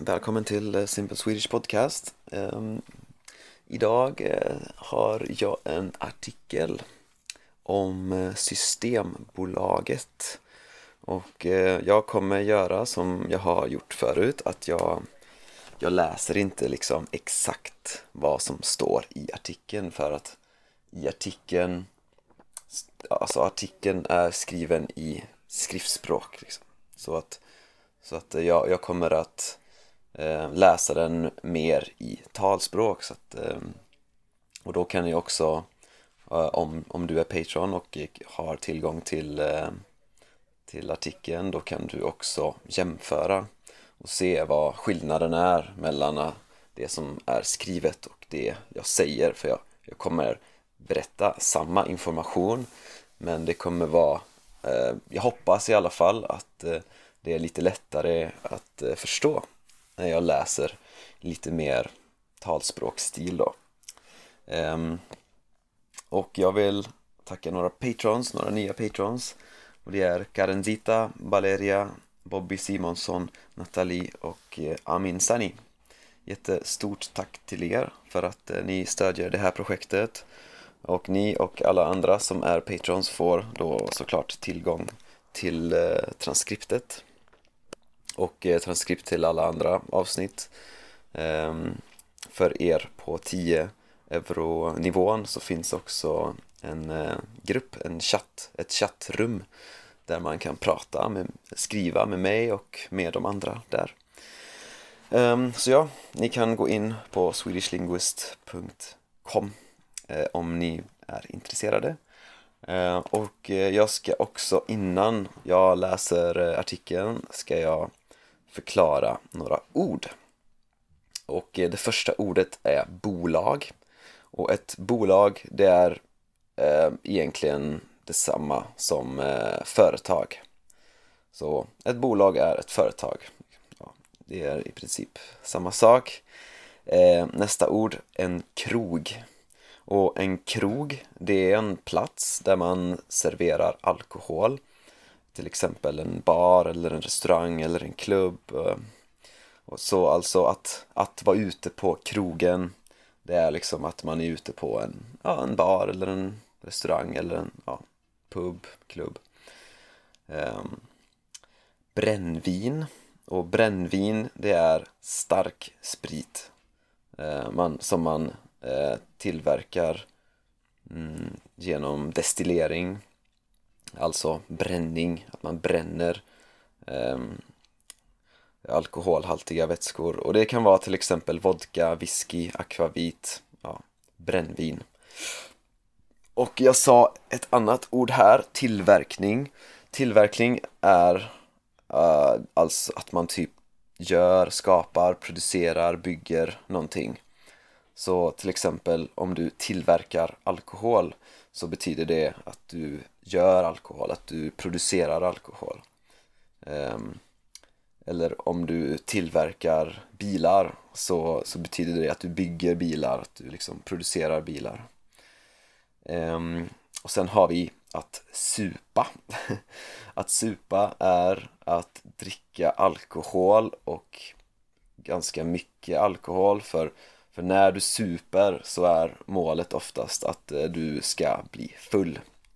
välkommen till Simple Swedish Podcast. Idag har jag en artikel om Systembolaget. Och jag kommer göra som jag har gjort förut, att jag läser inte liksom exakt vad som står i artikeln, för att i artikeln, alltså artikeln är skriven i skriftspråk liksom. Så att jag kommer att läsa den mer i talspråk, så att, och då kan jag också, om du är Patreon och har tillgång till artikeln, då kan du också jämföra och se vad skillnaden är mellan det som är skrivet och det jag säger. För jag kommer berätta samma information, men det kommer vara, jag hoppas i alla fall att det är lite lättare att förstå när jag läser lite mer talspråksstil då. Och jag vill tacka några nya patrons. Och det är Karenzita, Valeria, Bobby Simonsson, Nathalie och Amin Sani. Jättestort tack till er för att ni stödjer det här projektet. Och ni och alla andra som är patrons får då såklart tillgång till transkriptet. Och transkript till alla andra avsnitt. För er på 10 euro nivån så finns också en grupp, ett chattrum där man kan skriva med mig och med de andra där. Så ja, ni kan gå in på swedishlinguist.com om ni är intresserade. Och jag ska också, innan jag läser artikeln, ska jag förklara några ord. Och det första ordet är bolag. Och ett bolag, det är egentligen detsamma som företag. Så ett bolag är ett företag. Ja, det är i princip samma sak. Nästa ord, en krog. Och en krog, det är en plats där man serverar alkohol. Till exempel en bar eller en restaurang eller en klubb. Och så alltså att vara ute på krogen, det är liksom att man är ute på en bar eller en restaurang eller en pub, klubb. Brännvin. Och brännvin, det är stark sprit som man tillverkar genom destillering. Alltså bränning, att man bränner alkoholhaltiga vätskor. Och det kan vara till exempel vodka, whisky, akvavit, brännvin. Och jag sa ett annat ord här, tillverkning. Tillverkning är alltså att man typ skapar, producerar, bygger någonting. Så till exempel om du tillverkar alkohol, så betyder det att du gör alkohol, att du producerar alkohol. Eller om du tillverkar bilar, så betyder det att du bygger bilar, att du liksom producerar bilar. Och sen har vi att supa. Att supa är att dricka alkohol, och ganska mycket alkohol, för när du super så är målet oftast att du ska bli full.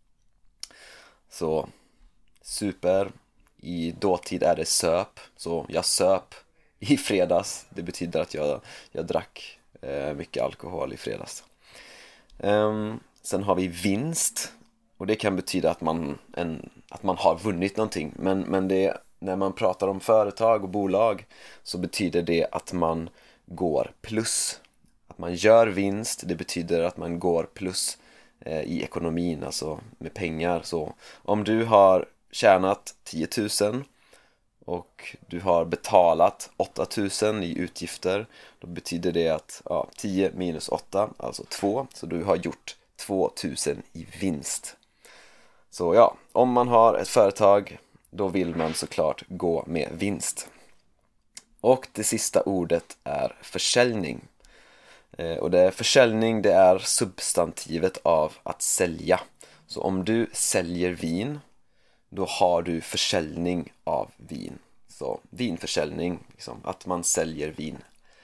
Så super, i dåtid är det söp. Så jag söp i fredags. Det betyder att jag drack mycket alkohol i fredags. Sen har vi vinst. Och det kan betyda att man har vunnit någonting. Men när man pratar om företag och bolag, så betyder det att man går plus. Att man gör vinst, det betyder att man går plus i ekonomin, alltså med pengar. Så om du har tjänat 10 000 och du har betalat 8 000 i utgifter, då betyder det att 10 minus 8, alltså 2. Så du har gjort 2 000 i vinst. Så ja, om man har ett företag, då vill man såklart gå med vinst. Och det sista ordet är försäljning. Och försäljning, det är substantivet av att sälja. Så om du säljer vin, då har du försäljning av vin. Så vinförsäljning, liksom, att man säljer vin.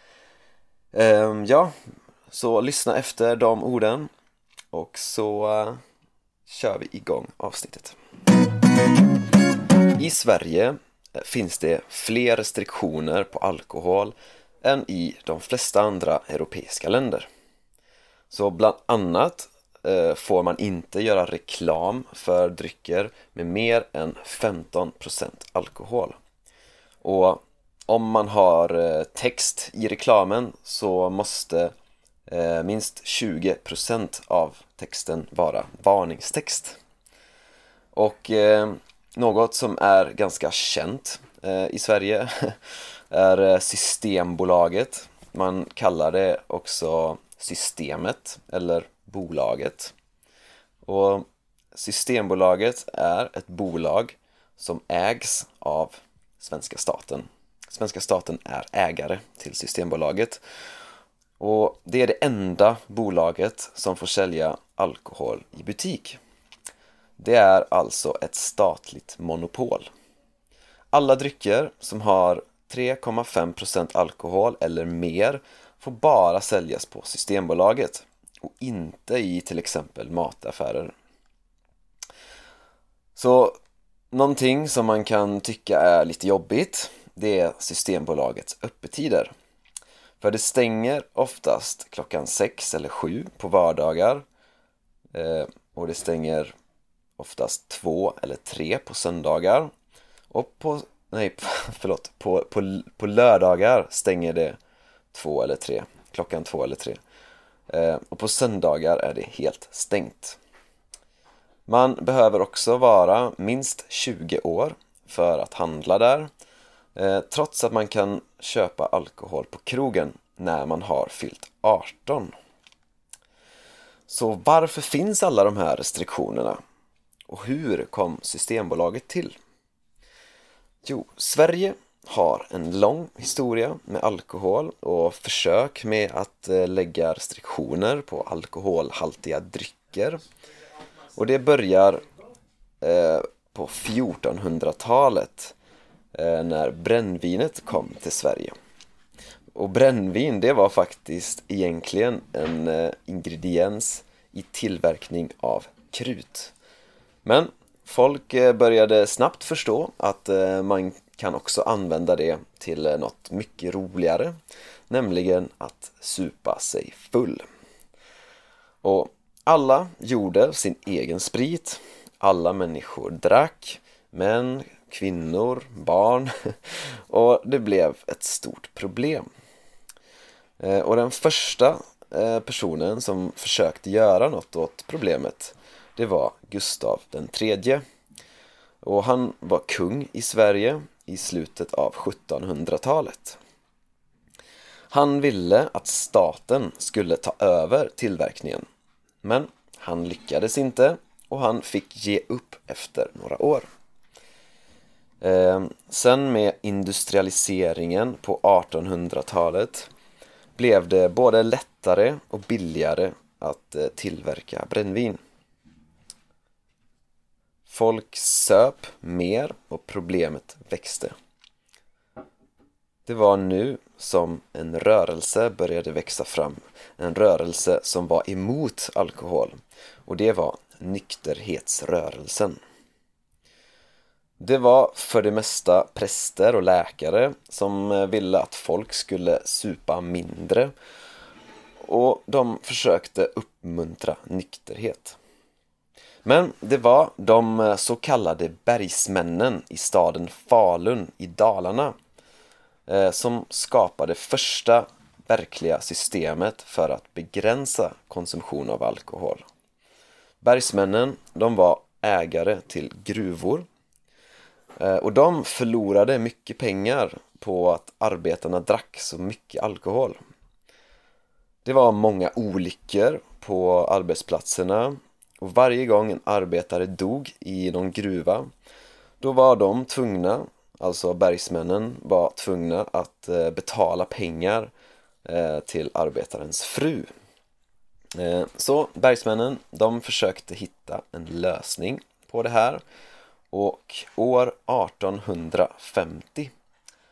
Ja, så lyssna efter de orden och så kör vi igång avsnittet. I Sverige finns det fler restriktioner på alkohol än i de flesta andra europeiska länder. Så bland annat får man inte göra reklam för drycker med mer än 15% alkohol. Och om man har text i reklamen så måste minst 20% av texten vara varningstext. Och något som är ganska känt i Sverige är Systembolaget. Man kallar det också Systemet eller bolaget. Och Systembolaget är ett bolag som ägs av svenska staten. Svenska staten är ägare till Systembolaget. Och det är det enda bolaget som får sälja alkohol i butik. Det är alltså ett statligt monopol. Alla drycker som har 3,5% alkohol eller mer får bara säljas på Systembolaget och inte i till exempel mataffärer. Så någonting som man kan tycka är lite jobbigt, det är Systembolagets öppettider. För det stänger oftast klockan 6 eller 7 på vardagar och det stänger oftast 2 eller 3 på söndagar. Och på lördagar stänger det 2 eller 3, klockan 2 eller 3. Och på söndagar är det helt stängt. Man behöver också vara minst 20 år för att handla där, trots att man kan köpa alkohol på krogen när man har fyllt 18. Så varför finns alla de här restriktionerna? Och hur kom Systembolaget till? Jo, Sverige har en lång historia med alkohol och försök med att lägga restriktioner på alkoholhaltiga drycker. Och det börjar på 1400-talet när brännvinet kom till Sverige. Och brännvin, det var faktiskt egentligen en ingrediens i tillverkning av krut. Men folk började snabbt förstå att man kan också använda det till något mycket roligare, nämligen att supa sig full. Och alla gjorde sin egen sprit, alla människor drack, män, kvinnor, barn, och det blev ett stort problem. Och den första personen som försökte göra något åt problemet, det var Gustav den tredje. Och han var kung i Sverige i slutet av 1700-talet. Han ville att staten skulle ta över tillverkningen, men han lyckades inte och han fick ge upp efter några år. Sen med industrialiseringen på 1800-talet blev det både lättare och billigare att tillverka brännvin. Folk söp mer och problemet växte. Det var nu som en rörelse började växa fram. En rörelse som var emot alkohol. Och det var nykterhetsrörelsen. Det var för det mesta präster och läkare som ville att folk skulle supa mindre. Och de försökte uppmuntra nykterhet. Men det var de så kallade bergsmännen i staden Falun i Dalarna som skapade första verkliga systemet för att begränsa konsumtion av alkohol. Bergsmännen, de var ägare till gruvor och de förlorade mycket pengar på att arbetarna drack så mycket alkohol. Det var många olyckor på arbetsplatserna och varje gång en arbetare dog i någon gruva, då var de tvungna, alltså bergsmännen var tvungna att betala pengar till arbetarens fru. Så bergsmännen, de försökte hitta en lösning på det här och år 1850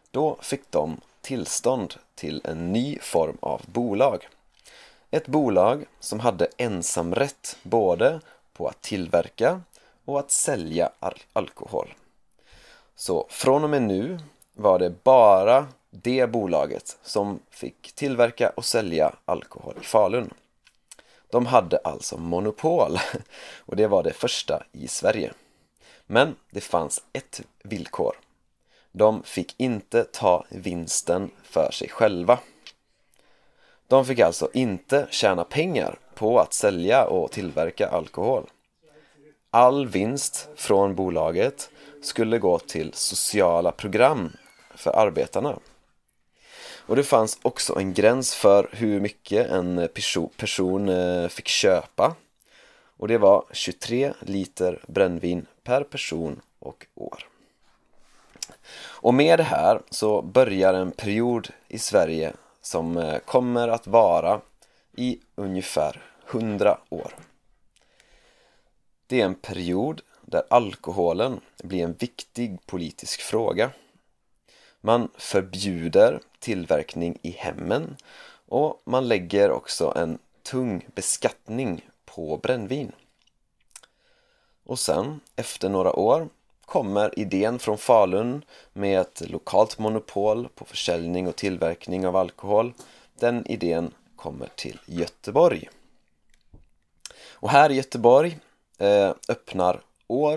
Då fick de tillstånd till en ny form av bolag. Ett bolag som hade ensamrätt både på att tillverka och att sälja alkohol. Så från och med nu var det bara det bolaget som fick tillverka och sälja alkohol i Falun. De hade alltså monopol och det var det första i Sverige. Men det fanns ett villkor. De fick inte ta vinsten för sig själva. De fick alltså inte tjäna pengar på att sälja och tillverka alkohol. All vinst från bolaget skulle gå till sociala program för arbetarna. Och det fanns också en gräns för hur mycket en person fick köpa. Och det var 23 liter brännvin per person och år. Och med det här så börjar en period i Sverige som kommer att vara i ungefär 100 år. Det är en period där alkoholen blir en viktig politisk fråga. Man förbjuder tillverkning i hemmen och man lägger också en tung beskattning på brännvin. Och sen, efter några år, kommer idén från Falun med ett lokalt monopol på försäljning och tillverkning av alkohol. Den idén kommer till Göteborg. Och här i Göteborg öppnar år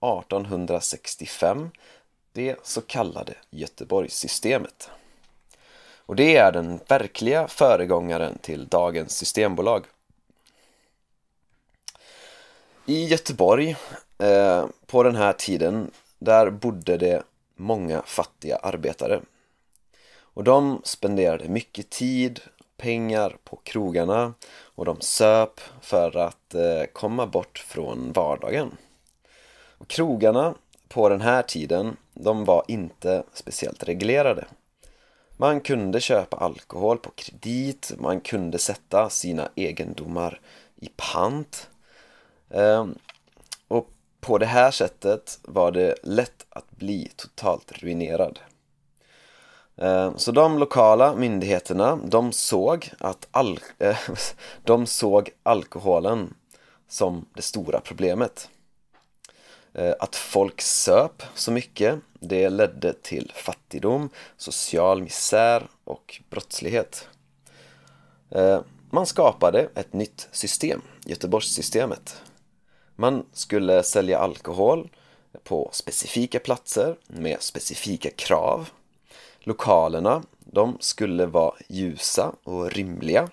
1865 det så kallade Göteborgssystemet. Och det är den verkliga föregångaren till dagens systembolag. I Göteborg på den här tiden, där bodde det många fattiga arbetare. Och de spenderade mycket tid, pengar på krogarna och de söp för att komma bort från vardagen. Och krogarna på den här tiden, de var inte speciellt reglerade. Man kunde köpa alkohol på kredit, man kunde sätta sina egendomar i pant. Och på det här sättet var det lätt att bli totalt ruinerad. Så de lokala myndigheterna, de såg alkoholen som det stora problemet. Att folk söp så mycket, det ledde till fattigdom, social misär och brottslighet. Man skapade ett nytt system, Göteborgssystemet. Man skulle sälja alkohol på specifika platser med specifika krav. Lokalerna, de skulle vara ljusa och rymliga.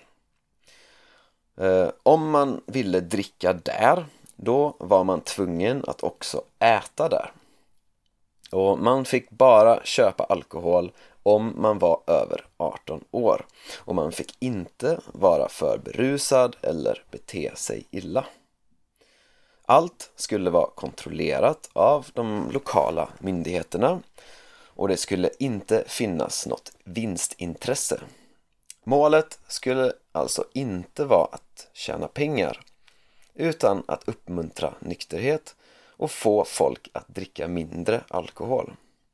Om man ville dricka där, då var man tvungen att också äta där. Och man fick bara köpa alkohol om man var över 18 år. Och man fick inte vara för berusad eller bete sig illa. Allt skulle vara kontrollerat av de lokala myndigheterna och det skulle inte finnas något vinstintresse. Målet skulle alltså inte vara att tjäna pengar utan att uppmuntra nykterhet och få folk att dricka mindre alkohol.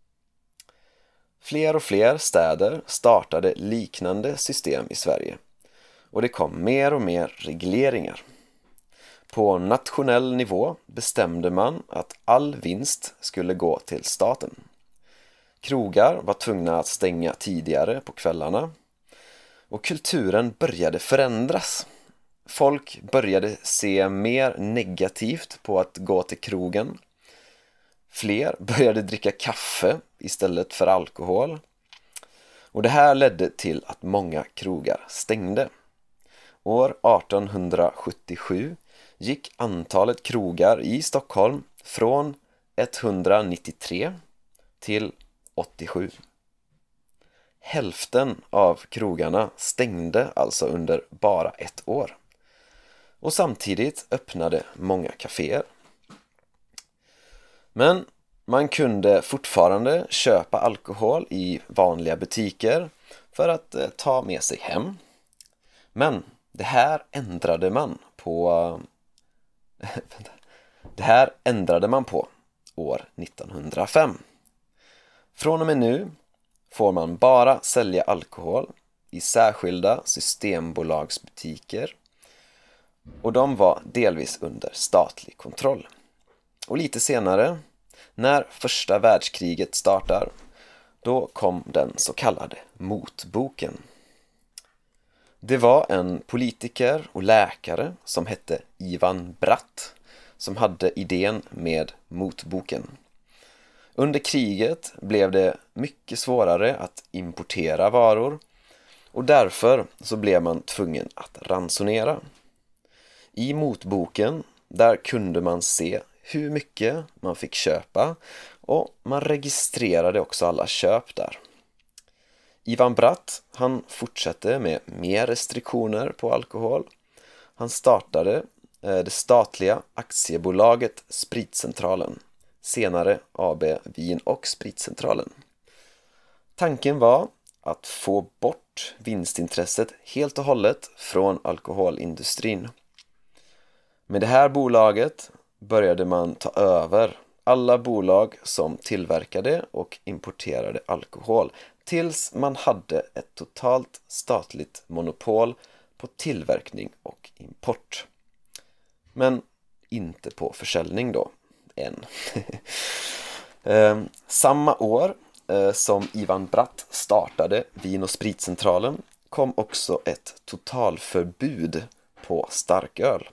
Fler och fler städer startade liknande system i Sverige och det kom mer och mer regleringar. På nationell nivå bestämde man att all vinst skulle gå till staten. Krogar var tvungna att stänga tidigare på kvällarna och kulturen började förändras. Folk började se mer negativt på att gå till krogen. Fler började dricka kaffe istället för alkohol. Och det här ledde till att många krogar stängde. År 1877 gick antalet krogar i Stockholm från 193 till 87. Hälften av krogarna stängde alltså under bara ett år. Och samtidigt öppnade många kaféer. Men man kunde fortfarande köpa alkohol i vanliga butiker för att ta med sig hem. Men det här ändrade man på år 1905. Från och med nu får man bara sälja alkohol i särskilda systembolagsbutiker, och de var delvis under statlig kontroll. Och lite senare, när första världskriget startar, då kom den så kallade motboken. Det var en politiker och läkare som hette Ivan Bratt som hade idén med motboken. Under kriget blev det mycket svårare att importera varor, och därför så blev man tvungen att ransonera. I motboken, där kunde man se hur mycket man fick köpa, och man registrerade också alla köp där. Ivan Bratt, han fortsatte med mer restriktioner på alkohol. Han startade det statliga aktiebolaget Spritcentralen, senare AB Vin- och Spritcentralen. Tanken var att få bort vinstintresset helt och hållet från alkoholindustrin. Med det här bolaget började man ta över alla bolag som tillverkade och importerade alkohol, tills man hade ett totalt statligt monopol på tillverkning och import. Men inte på försäljning då, än. Samma år som Ivan Bratt startade Vin- och Spritcentralen kom också ett totalförbud på starköl.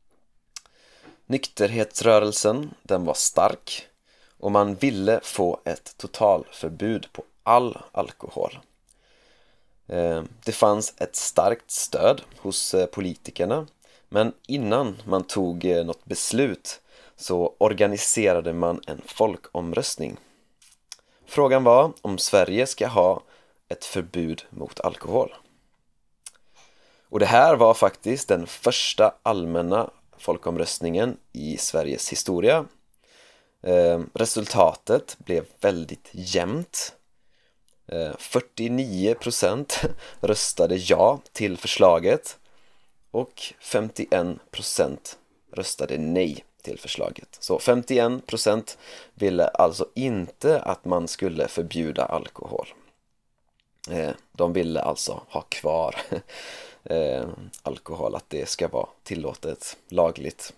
Nykterhetsrörelsen, den var stark, och man ville få ett totalförbud på all alkohol. Det fanns ett starkt stöd hos politikerna, men innan man tog något beslut så organiserade man en folkomröstning. Frågan var om Sverige ska ha ett förbud mot alkohol. Och det här var faktiskt den första allmänna folkomröstningen i Sveriges historia. Resultatet blev väldigt jämnt. 49% röstade ja till förslaget och 51% röstade nej till förslaget. Så 51% ville alltså inte att man skulle förbjuda alkohol. De ville alltså ha kvar alkohol, att det ska vara tillåtet, lagligt.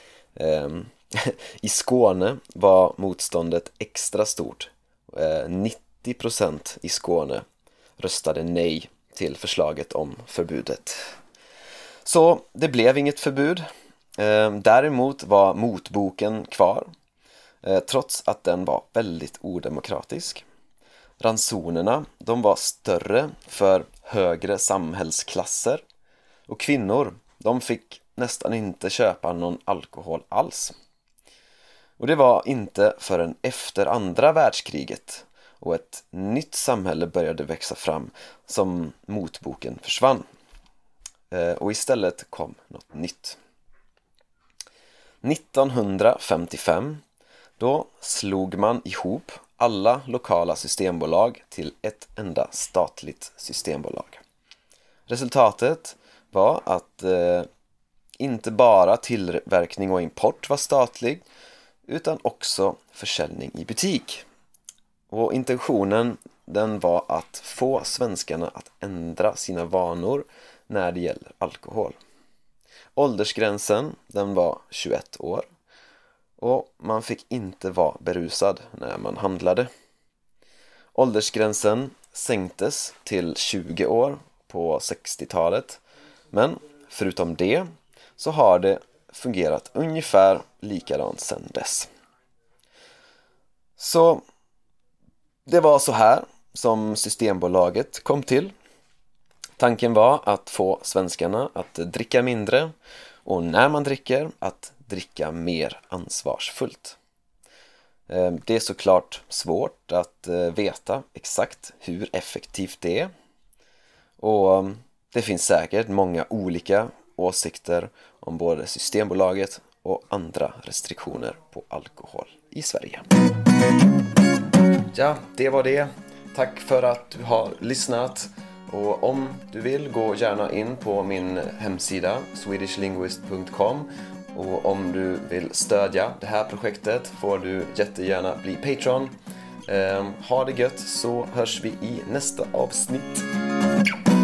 I Skåne var motståndet extra stort. 90% i Skåne röstade nej till förslaget om förbudet. Så det blev inget förbud. Däremot var motboken kvar, trots att den var väldigt odemokratisk. Ransonerna, de var större för högre samhällsklasser, och kvinnor, de fick nästan inte köpa någon alkohol alls. Och det var inte förrän efter andra världskriget och ett nytt samhälle började växa fram som motboken försvann. Och istället kom något nytt. 1955, då slog man ihop alla lokala systembolag till ett enda statligt systembolag. Resultatet var att inte bara tillverkning och import var statlig, utan också försäljning i butik. Och intentionen, den var att få svenskarna att ändra sina vanor när det gäller alkohol. Åldersgränsen, den var 21 år, och man fick inte vara berusad när man handlade. Åldersgränsen sänktes till 20 år på 60-talet, men förutom det så har det fungerat ungefär likadant sedan dess. Så det var så här som Systembolaget kom till. Tanken var att få svenskarna att dricka mindre, och när man dricker att dricka mer ansvarsfullt. Det är såklart svårt att veta exakt hur effektivt det är, och det finns säkert många olika åsikter om både Systembolaget och andra restriktioner på alkohol i Sverige. Ja, det var det. Tack för att du har lyssnat. Och om du vill, gå gärna in på min hemsida swedishlinguist.com, och om du vill stödja det här projektet får du jättegärna bli Patreon. Ha det gött, så hörs vi i nästa avsnitt.